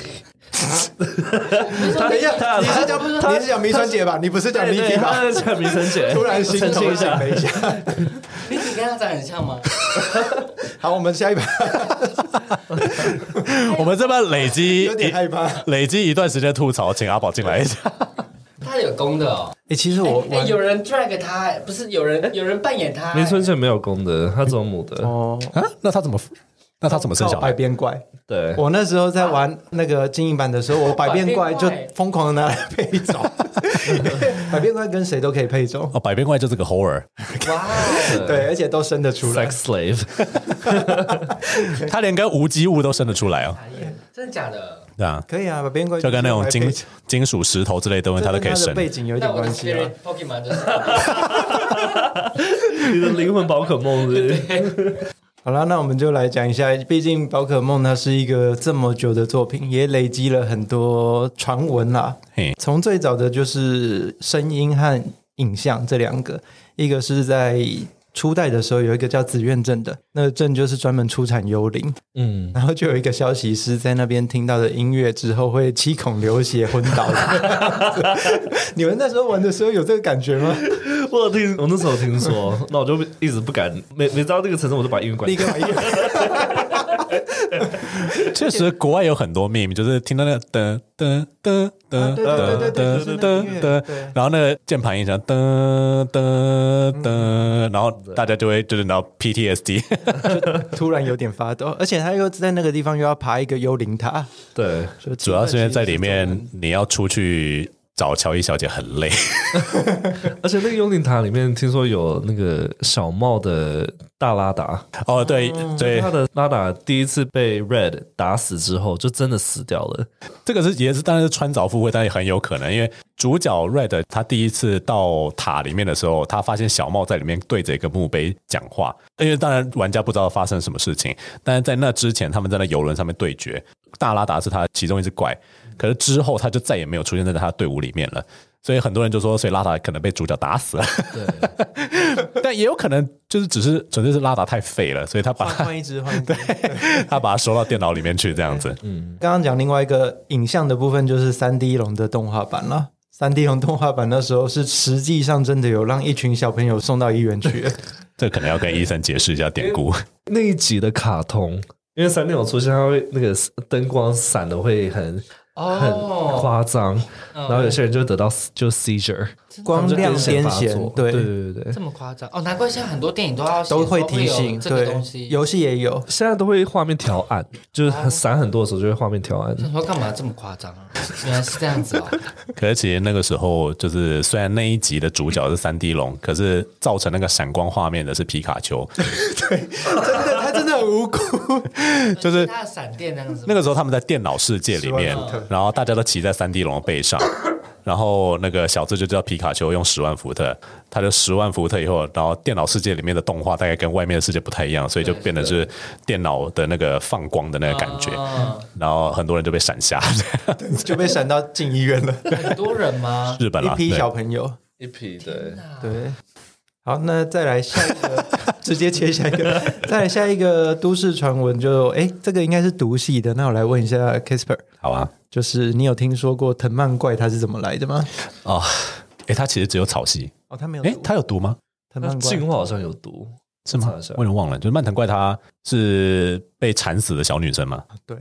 等一下，你是讲迷春姐吧？你不是讲 Niki 吧？ 他在讲迷春姐， 突然心澄清头一下， 醒了一下。 Niki 跟他长很像吗？ 好，我们下一把我们这边累积有点害怕。 累积一段时间吐槽，请阿宝进来一下。 他有功的哦。 其实我有人 drag 他，不是有人扮演他。 迷春姐没有公的，她只有母的。 哦， 啊，那他怎么生小百孩？ 变怪。 对， 我那时候在玩那个精英版的时候，我百变怪就疯狂的拿来配种。百变怪跟谁都可以配种， 哦，百变怪就是个 horror， 哇， 对，而且都生得出来。 sex slave， 他连跟无机物都生得出来哦。 真的假的？ 对啊， 可以啊，百变怪就跟那种金金属石头之类的东西，它都可以生。 背景有点那我的关系啊 spirit。Pokemon 就是你的灵魂宝可梦是不是？ 好了，那我们就来讲一下，毕竟宝可梦它是一个这么久的作品，也累积了很多传闻啦。 嘿， 从最早的就是声音和影像这两个，一个是在初代的时候有一个叫紫苑镇的，那个镇就是专门出产幽灵，然后就有一个消息是在那边听到的音乐之后会七孔流血昏倒的。你们那时候玩的时候有这个感觉吗？ 我那时候听说，那我就一直不敢，每到那个城市我就把音乐关掉。 立刻把音乐。 确实，国外有很多 meme，就是听到那个噔噔噔噔噔噔噔噔，然后那个键盘音响噔噔噔，然后大家就会就是然后 PTSD， 突然有点发抖，而且他又在那个地方又要爬一个幽灵塔， 对， 主要是因为在里面你要出去找乔伊小姐很累。 而且那个幽灵塔里面听说有那个小帽的大拉达， 哦，对对， 他的拉达第一次被 Red 打死之后，就真的死掉了。 这个也是当然是穿凿附会，但也很有可能，因为主角 Red 他第一次到塔里面的时候，他发现小帽在里面对着一个墓碑讲话，因为当然玩家不知道发生什么事情，但是在那之前他们在那游轮上面对决，大拉达是他其中一只怪，可是之后他就再也没有出现在他的队伍里面了。所以很多人就说，所以拉达可能被主角打死了。对，但也有可能就是只是纯粹是拉达太废了，所以他把换一只， 他把它收到电脑里面去这样子。 刚刚讲另外一个影像的部分，就是3D 龙的动画版了。3D 龙动画版那时候是实际上真的有让一群小朋友送到医院去了。 这可能要跟医生解释一下典故。 那一集的卡通，因为3D 有出现，它会那个灯光闪的会很夸张，然后有些人就得到就 seizure， 光亮癫痫，对对对对对， 这么夸张哦，难怪现在很多电影都都会提醒， 有这个东西， 游戏也有， 现在都会画面调暗，就是闪很多的时候就会画面调暗。 想说干嘛这么夸张啊？原来是这样子哦。 可是其实那个时候，就是虽然那一集的主角是3D 龙，可是造成那个闪光画面的是皮卡丘。 对，真的，他真的很无辜。 就是他的闪电那样子。 那个时候他们在电脑世界里面，然后大家都骑在3D 龙的背上，然后那个小智就叫皮卡丘用10万伏特，他就10万伏特以后，然后电脑世界里面的动画大概跟外面的世界不太一样，所以就变成是电脑的那个放光的那个感觉，然后很多人就被闪瞎， 就被闪到进医院了。 很多人吗？ 日本啦， 一批对小朋友， 一批对， 对。好，那再来下一个，直接切下一个，再来下一个都市传闻就，这个应该是毒系的。那我来问一下 Casper， 好啊， 就是你有听说过藤蔓怪它是怎么来的吗？ 哦，它其实只有草系， 哦，它没有， 它有毒吗？ 藤蔓怪进化好像有毒， 是吗？我有点忘了，就是蔓藤怪它是被缠死的小女生吗？ 对。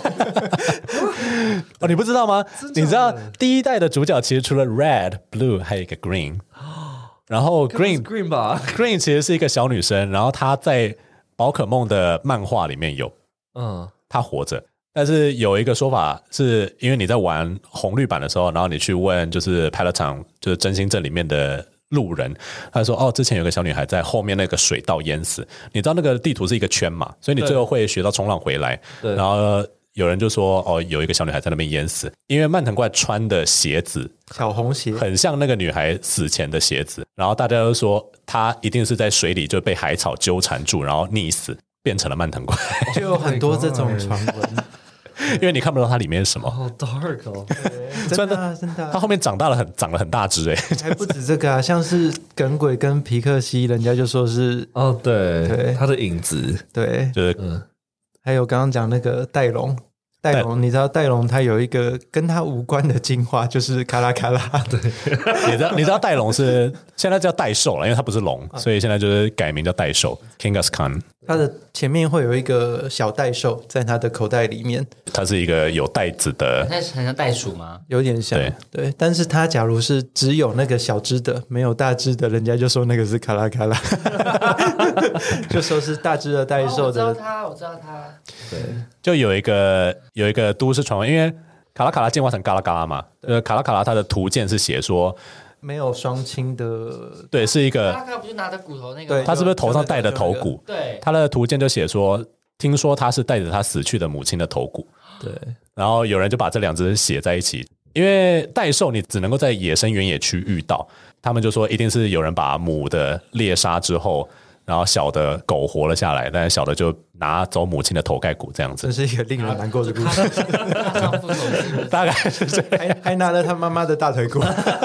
哦，你不知道吗？你知道第一代的主角其实除了 Red、Blue 还有一个 Green。然后 Green 吧 ，Green 其实是一个小女生，然后她在宝可梦的漫画里面有，她活着。但是有一个说法是，因为你在玩红绿版的时候，然后你去问就是拍了场就是真心镇里面的路人，他说之前有个小女孩在后面那个水道淹死。你知道那个地图是一个圈嘛，所以你最后会学到冲浪回来，然后。有人就说有一个小女孩在那边淹死，因为蔓藤怪穿的鞋子小红鞋很像那个女孩死前的鞋子，然后大家都说她一定是在水里就被海草纠缠住，然后溺死变成了蔓藤怪， 就有很多这种传闻。 因为你看不到它里面是什么， 好 dark 哦， 真的啊，真的啊， 它后面长了很大只还不止这个啊，像是耿鬼跟皮克西，人家就说是对，他的影子， 对，就是还有刚刚讲那个戴龙，你知道戴龙他有一个跟他无关的进化，就是卡拉卡拉。对， 你知道戴龙是现在叫戴兽了，因为它不是龙，所以现在就是改名叫戴兽 Kangaskhan。 它的前面会有一个小袋兽在它的口袋里面， 它是一个有袋子的， 很像袋鼠吗？ 有点像，对。但是它假如是只有那个小只的，没有大只的，人家就说那个是卡拉卡拉，就说是大只的袋兽的。 我知道它。 对， 就有一个都市传闻，因为卡拉卡拉进化成嘎啦嘎啦嘛，卡拉卡拉它的图鉴是写说。 没有双亲的， 对，是一个。 他不是拿着骨头那个？对， 他是不是头上戴着头骨？ 对， 他的图鉴就写说，听说他是带着他死去的母亲的头骨。 对， 然后有人就把这两只写在一起，因为代兽你只能够在野生原野区遇到，他们就说一定是有人把母的猎杀之后。然后小的狗活了下来，但是小的就拿走母亲的头盖骨，这样子， 这是一个令人难过的故事。 大概是这样， 还拿了他妈妈的大腿骨。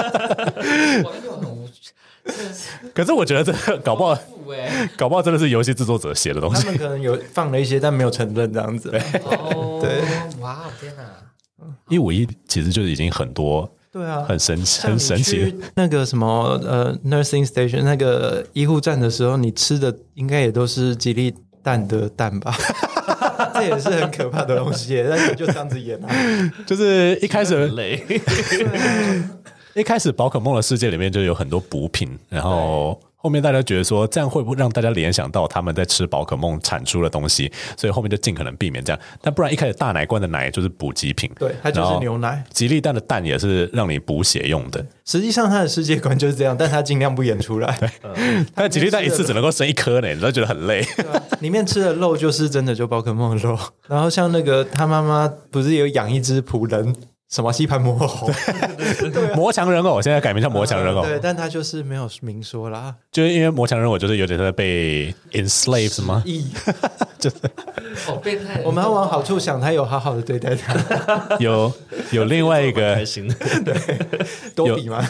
可是我觉得这搞不好真的是游戏制作者写的东西。 他们可能有放了一些，但没有承认这样子。对， 哇，天哪 ！151其实就已经很多。 对啊， 很神奇。 那个什么nursing station 那个医护站的时候，你吃的应该也都是吉利蛋的蛋吧？这也是很可怕的东西，但是就这样子演啊， 就是一开始累。一开始宝可梦的世界里面就有很多补品，然后后面大家觉得说这样会不会让大家联想到他们在吃宝可梦产出的东西，所以后面就尽可能避免这样。但不然一开始大奶罐的奶就是补给品， 对，它就是牛奶。 吉利蛋的蛋也是让你补血用的。 实际上它的世界观就是这样，但它尽量不演出来。 但吉利蛋一次只能够生一颗呢，你都觉得很累。 里面吃的肉就是真的就宝可梦的肉，然后像那个他妈妈不是有养一只仆人。什么吸盘魔偶？ 魔强人偶现在改名叫魔强人偶， 对，但他就是没有明说啦， 就是因为魔强人偶就是有点在被 enslaved 吗？就是好变态。 我们要往好处想，他有好好的对待他。 有另外一个开心， 对，多比吗？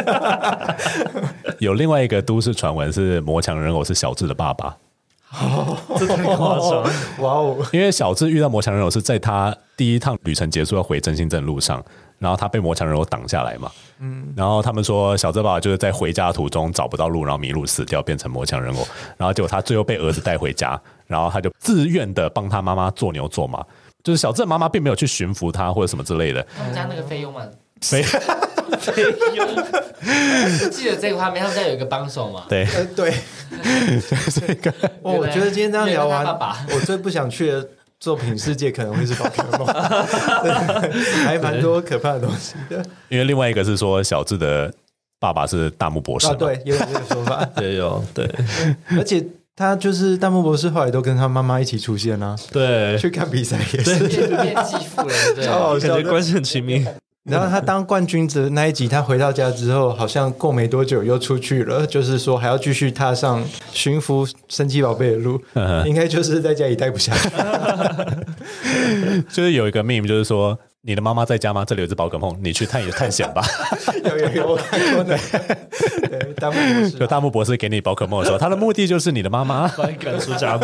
有另外一个都市传闻是魔强人偶是小智的爸爸。 这太夸张！ 哇哦！ 因为小智遇到魔强人偶是在他第一趟旅程结束要回真心镇路上，然后他被魔强人偶挡下来嘛，然后他们说小智爸爸就是在回家途中找不到路，然后迷路死掉，变成魔强人偶，然后结果他最后被儿子带回家，然后他就自愿的帮他妈妈做牛做马，就是小智的妈妈并没有去驯服他或者什么之类的。 他们家那个菲佣嘛， 记得这个画面，他们家有一个帮手嘛？ 对， 对， 这个我觉得今天这样聊完， 原来他爸爸我最不想去的作品世界可能会是宝可梦，对还蛮多可怕的东西的。 因为另外一个是说小智的爸爸是大木博士嘛， 对，也有这个说法， 也有对而且他就是大木博士，后来都跟他妈妈一起出现啊， 对， 去看比赛也是， 变继父了，对不对？ 超好笑的。 感觉关系很亲密。 然后他当冠军的那一集，他回到家之后，好像过没多久又出去了，就是说还要继续踏上驯服神奇宝贝的路，应该就是在家里待不下去。 就是有一个 meme， 就是说你的妈妈在家吗？这里有只宝可梦，你去探险吧。 有，我看过的。对，大木博士就大木博士给你宝可梦的时候，他的目的就是你的妈妈把你赶出家门。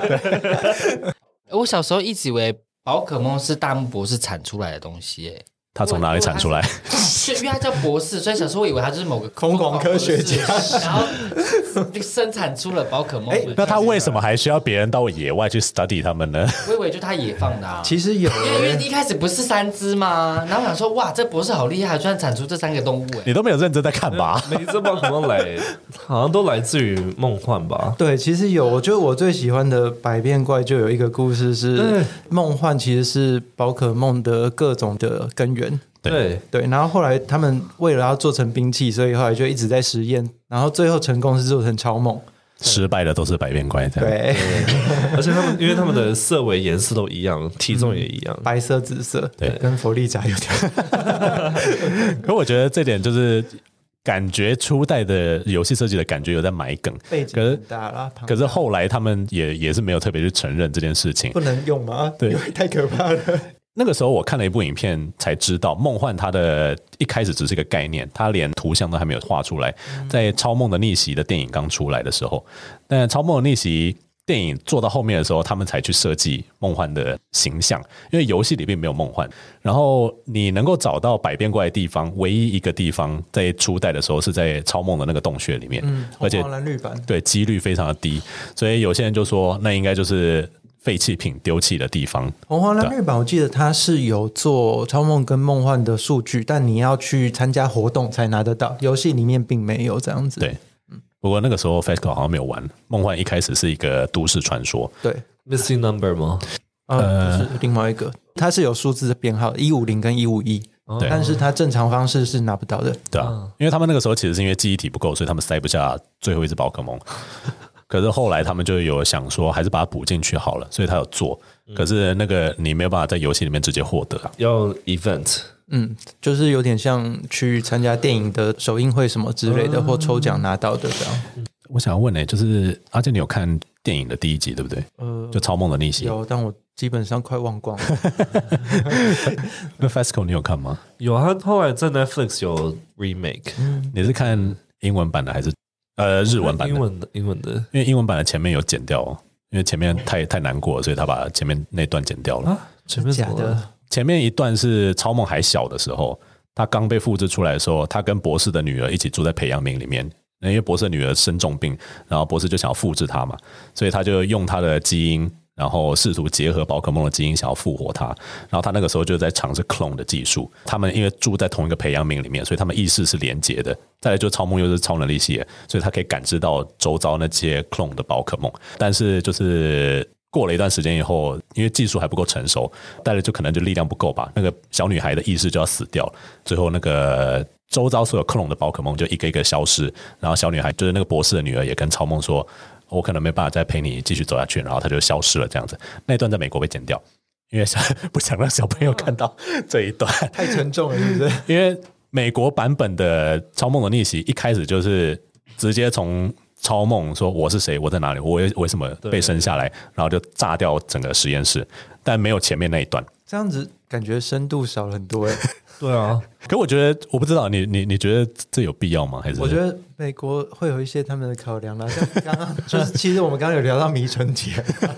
我小时候一直以为宝可梦是大木博士产出来的东西，哎。 他从哪里产出来？ 因为他叫博士，所以小时候我以为他就是某个疯狂科学家， 然后生产出了宝可梦。 那他为什么还需要别人到野外去 study 他们呢？ 我以为就他野放的啊。 其实有， 因为一开始不是3只吗？然后我想说，哇，这博士好厉害，居然产出这3个动物，哎， 你都没有认真在看吧？ 每一只宝可梦好像都来自于梦幻吧？ 对，其实有。我觉得我最喜欢的百变怪就有一个故事是梦幻，其实是宝可梦的各种的根源。 对， 然后后来他们为了要做成兵器，所以后来就一直在实验，然后最后成功是做成超梦， 失败的都是百变怪，这样。 对， 而且因为他们的色尾颜色都一样，体重也一样， 白色、紫色， 对， 跟佛利扎有点。 可我觉得这点就是感觉初代的游戏设计的感觉有在埋梗， 背景很大啦， 可是后来他们也是没有特别去承认这件事情， 不能用吗？ 对， 因为太可怕了。 那个时候我看了一部影片才知道，梦幻它的一开始只是一个概念，它连图像都还没有画出来。在《超梦的逆袭》的电影刚出来的时候，但《超梦的逆袭》电影做到后面的时候，他们才去设计梦幻的形象，因为游戏里并没有梦幻。然后你能够找到百变怪的地方，唯一一个地方在初代的时候是在超梦的那个洞穴里面，而且红黄蓝绿版对几率非常的低，所以有些人就说那应该就是废弃品丢弃的地方。 红黄蓝绿版我记得它是有做超梦跟梦幻的数据，但你要去参加活动才拿得到，游戏里面并没有这样子。 对，不过那个时候 Fasco 好像没有玩梦幻，一开始是一个都市传说。 对 ，Missing Number 吗？ 不是另外一个，它是有数字的编号150跟151，但是它正常方式是拿不到的。 对啊，因为他们那个时候其实是因为记忆体不够，所以他们塞不下最后一只宝可梦。可是后来他们就有想说，还是把它补进去好了，所以他有做。可是那个你没有办法在游戏里面直接获得， 要 event。 就是有点像去参加电影的首映会什么之类的，或抽奖拿到的这样。 我想要问就是阿健，你有看电影的第一集对不对？就《超梦的逆袭》 有，但我基本上快忘光了。 那 Fasco 你有看吗？ 有，他后来在 Netflix 有 remake。 你是看英文版的还是日文版的？ 英文的， 因为英文版的前面有剪掉哦，因为前面太难过了，所以他把前面那段剪掉了。 前面假的？ 前面一段是超梦还小的时候，他刚被复制出来的时候，他跟博士的女儿一起住在培养皿里面。因为博士的女儿生重病，然后博士就想要复制她嘛，所以他就用他的基因，然后试图结合宝可梦的基因，想要复活它。然后他那个时候就在尝试 clone 的技术。他们因为住在同一个培养皿里面，所以他们意识是连结的。再来就超梦又是超能力系的，所以他可以感知到周遭那些 clone 的宝可梦。但是就是过了一段时间以后，因为技术还不够成熟，再来就可能就力量不够吧，那个小女孩的意识就要死掉了。最后那个周遭所有克隆的宝可梦就一个一个消失，然后小女孩就是那个博士的女儿也跟超梦说，我可能没办法再陪你继续走下去，然后她就消失了这样子。那一段在美国被剪掉，因为不想让小朋友看到这一段， 太沉重了，是不是？ 因为美国版本的超梦的逆袭一开始就是直接从超梦说我是谁，我在哪里，我为什么被生下来，然后就炸掉整个实验室，但没有前面那一段。 这样子感觉深度少了很多哎。 对啊， 可我觉得我不知道你觉得这有必要吗？还是我觉得美国会有一些他们的考量啦，像刚刚就是其实我们刚刚有聊到迷春节，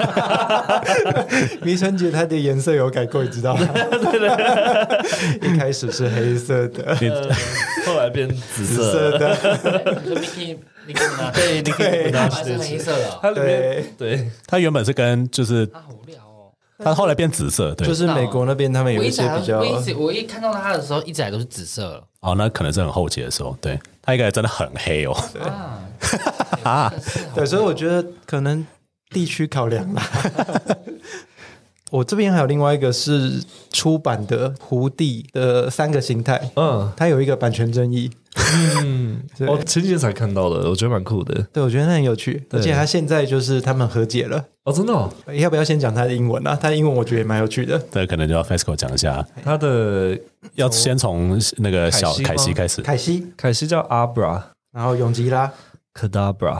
迷春节它的颜色有改过，你知道吗？对，一开始是黑色的， 后来变紫紫色色。 的， 你可以拿对，你可以白色和黑色的哦， 它里面对它原本是跟就是啊，好无聊哦。 它后来变紫色，对， 就是美国那边他们有一些比较， 我一看到它的时候，一直来都是紫色了。 哦，那可能是很后期的时候，对他应该真的很黑哦。 啊， 对，所以我觉得可能地区考量啦。我这边还有另外一个是出版的胡地的3个形态，它有一个版权争议。 我前几天才看到的，我觉得蛮酷的。 对，我觉得那很有趣，而且他现在就是他们和解了。 哦，真的哦？ 要不要先讲他的英文啊？他的英文我觉得也蛮有趣的。 这可能就要 FESCO 讲一下， 他的要先从那个小凯西开始。 凯西叫 Abra， 然后永吉拉 Kadabra。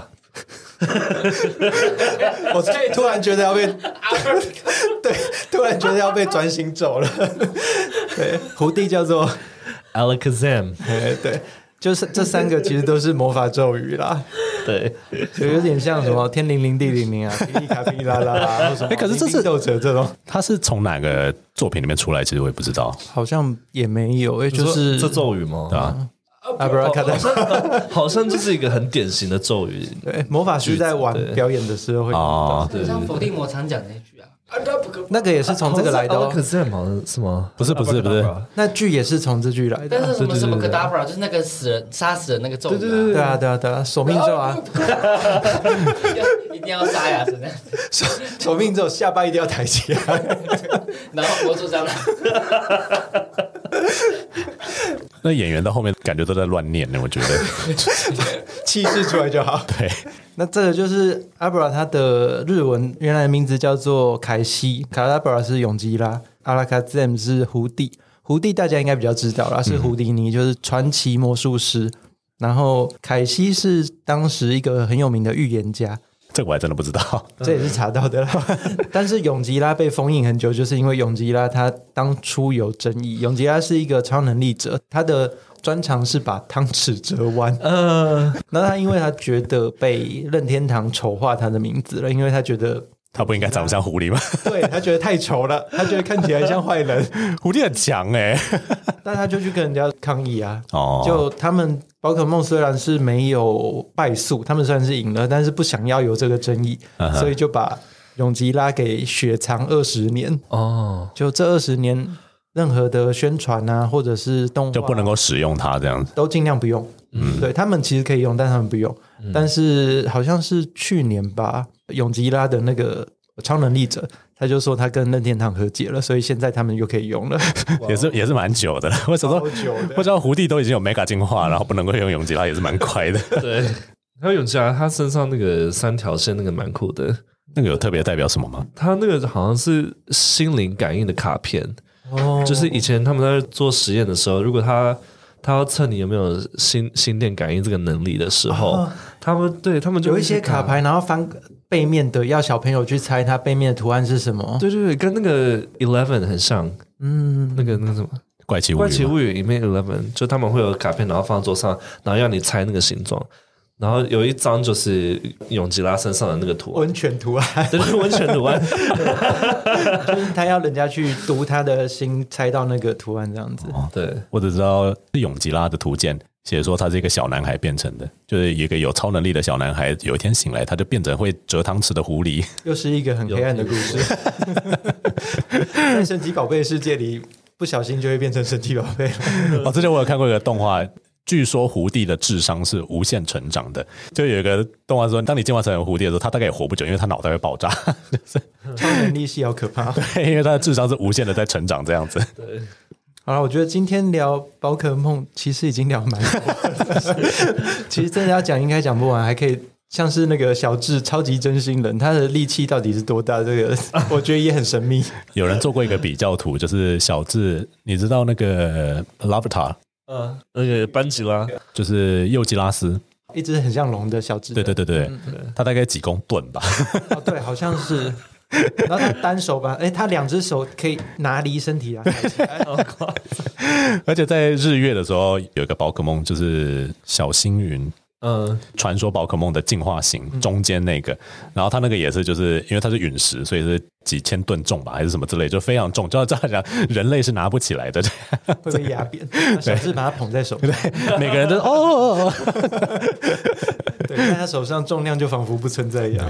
我突然觉得要被对，突然觉得要被转型走了。对，胡地叫做 Alakazam， 对，就是这3个其实都是魔法咒语啦。 对， 就有点像什么天灵灵地灵灵啊，霹雳卡霹雳啦啦啦，或什么可是这是斗者这种， 他是从哪个作品里面出来？其实我也不知道， 好像也没有，就是这咒语吗？ 对吧？ 阿布拉卡达， 好像就是一个很典型的咒语。 对，魔法师在玩表演的时候会用到。 对，像伏地魔常讲那句啊， 那个也是从这个来的哦。 Alakazam 好像是吗？ 不是， 那句也是从这句来的。 但是什么 Kadabra 就是那个死人杀死人那个咒语。 对啊，索命咒啊， 一定要杀呀，真的。 索命咒下巴一定要抬起来， 然后脖子这样。 那演员到后面感觉都在乱念呢，我觉得气势出来就好。 对， 那这个就是阿布拉，他的日文原来的名字叫做凯西，卡拉布拉是永吉拉，阿拉卡兹是胡地。胡地大家应该比较知道啦，是胡迪尼，就是传奇魔术师。然后凯西是当时一个很有名的预言家。 这个我还真的不知道， 这也是查到的啦。但是永吉拉被封印很久，就是因为永吉拉他当初有争议。永吉拉是一个超能力者，他的专长是把汤匙折弯。那他因为他觉得被任天堂丑化他的名字了，因为他觉得他不应该长得像狐狸吗？ 对，他觉得太丑了，他觉得看起来像坏人。 狐狸很强欸， 但他就去跟人家抗议啊。 哦， 就他们宝可梦虽然是没有败诉，他们虽然是赢了，但是不想要有这个争议，所以就把永吉拉给雪藏20年。哦，就这20年，任何的宣传啊，或者是动画就不能够使用它这样子， 都尽量不用。对，他们其实可以用，但他们不用。但是好像是去年吧，永吉拉的那个超能力者，他就说他跟任天堂和解了，所以现在他们又可以用了。 也是蛮久的了。我想说，不知道胡地都已经有 Mega 进化，然后不能够用永吉拉，也是蛮快的。 对，还有永吉拉，他身上那个3条线那个蛮酷的。 那个有特别代表什么吗？ 他那个好像是心灵感应的卡片。就是以前他们在做实验的时候，如果他要测你有没有心电感应这个能力的时候，他们就有一些卡牌，然后翻背面的，要小朋友去猜它背面的图案是什么。 对，跟那个 Eleven 很像。那个什么怪奇物语里面 Eleven， 就他们会有卡片，然后放在桌上，然后要你猜那个形状。然后有一张就是永吉拉身上的那个图案， 温泉图案， 对，温泉图案， 就是他要人家去读他的心，猜到那个图案这样子。 对， 我只知道是永吉拉的图鉴写说他是一个小男孩变成的，就是一个有超能力的小男孩，有一天醒来，他就变成会折汤匙的狐狸。 又是一个很黑暗的故事。在神奇宝贝世界里，不小心就会变成神奇宝贝了。 之前我有看过一个动画。据说胡地的智商是无限成长的，就有一个动画说，当你进化成胡地的时候，他大概也活不久，因为他脑袋会爆炸。 超能力系好可怕。 对，因为他的智商是无限的在成长这样子。 对， 好了，我觉得今天聊宝可梦其实已经聊蛮多了。其实真的要讲，应该讲不完，还可以像是那个小智超级真心人，他的力气到底是多大？这个我觉得也很神秘。有人做过一个比较图，就是小智，你知道那个 Larvitar。 那个班吉拉就是幼吉拉斯， 一只很像龙的小智。 对，他大概几公吨吧？ 对，好像是。然后他单手吧，他2只手可以拿离身体啊，抬起来。 而且在日月的时候，有一个宝可梦就是小星云。传说宝可梦的进化型中间那个，然后它那个也是，就是因为它是陨石，所以是几千吨重吧，还是什么之类，就非常重，就要这样讲，人类是拿不起来的， 会被压扁。小智把它捧在手上， 每个人都对，在他手上重量就仿佛不存在一样。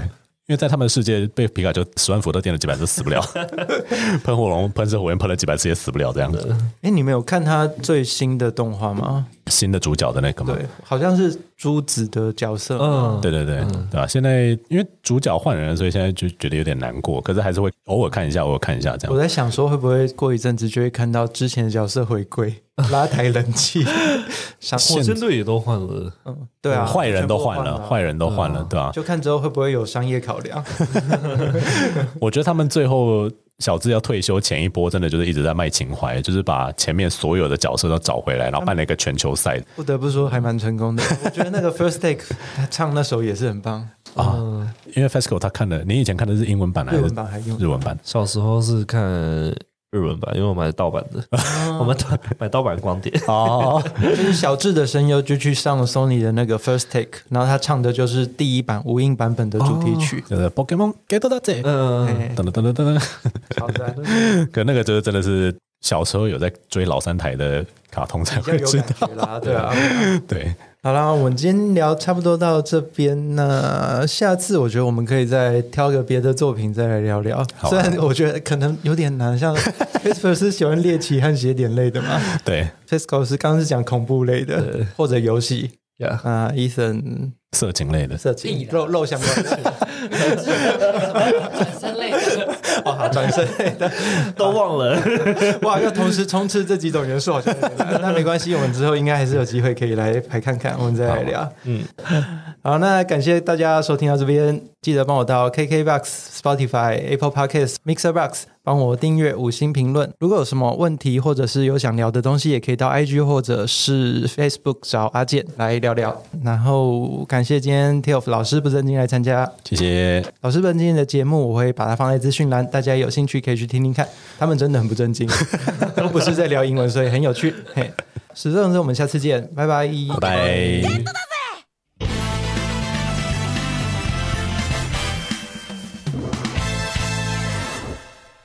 因为在他们的世界被皮卡丘10万伏特电了几百次死不了，喷火龙喷射火焰喷了几百次也死不了这样的。 你们有看他最新的动画吗？ 新的主角的那个吗？ 对，好像是朱子的角色。 对对对，对吧？现在因为主角换人了，所以现在就觉得有点难过，可是还是会偶尔看一下，偶尔看一下这样。 我在想说，会不会过一阵子就会看到之前的角色回归，拉抬人气？ 火箭队也都换了， 对啊， 坏人都换了，坏人都换了，对吧？ 就看之后会不会有商业考量。 我觉得他们最后小智要退休前一波，真的就是一直在卖情怀，就是把前面所有的角色都找回来，然后办了一个全球赛。 不得不说，还蛮成功的。我觉得那个 First Take 他唱那首也是很棒啊。因为 Fesco 他看的，你以前看的是英文版还是日文版？还用日文版？ 小时候是看日文版，因为我买盗版的，我们买盗版光碟。 哦，就是小智的声优就去上 Sony 的那个 First Take， 然后他唱的就是第一版无印版本的主题曲， 就是 Pokemon Get That， 噔噔噔噔噔， 超赞。 可那个就是真的是小时候有在追老三台的卡通才会知道啦，对啊， 对。 好啦，我们今天聊差不多到这边，那下次我觉得我们可以再挑个别的作品再来聊聊。虽然我觉得可能有点难，像 Fesco 是喜欢猎奇和写点类的嘛， 对 ，Fesco 是刚刚是讲恐怖类的或者游戏，啊 ，Ethan 色情类的， 色情肉相关的， 转身类的， 哦，好，转身类的都忘了， 哇，要同时冲刺这几种元素，好像有点难。那没关系，我们之后应该还是有机会可以来排看看，我们再来聊。好，那感谢大家收听到这边，记得帮我到 KKBOX、Spotify、Apple Podcasts、Mixer Box 帮我订阅5星评论。如果有什么问题或者是有想聊的东西，也可以到 IG 或者是 Facebook 找阿健来聊聊。然后感谢今天 Tiof 老师不正经来参加， 谢谢老师本期的节目，我会把它放在资讯栏，大家有兴趣可以去听听看，他们真的很不正经，都不是在聊英文，所以很有趣。嘿，始终是我们下次见，拜拜， 拜拜。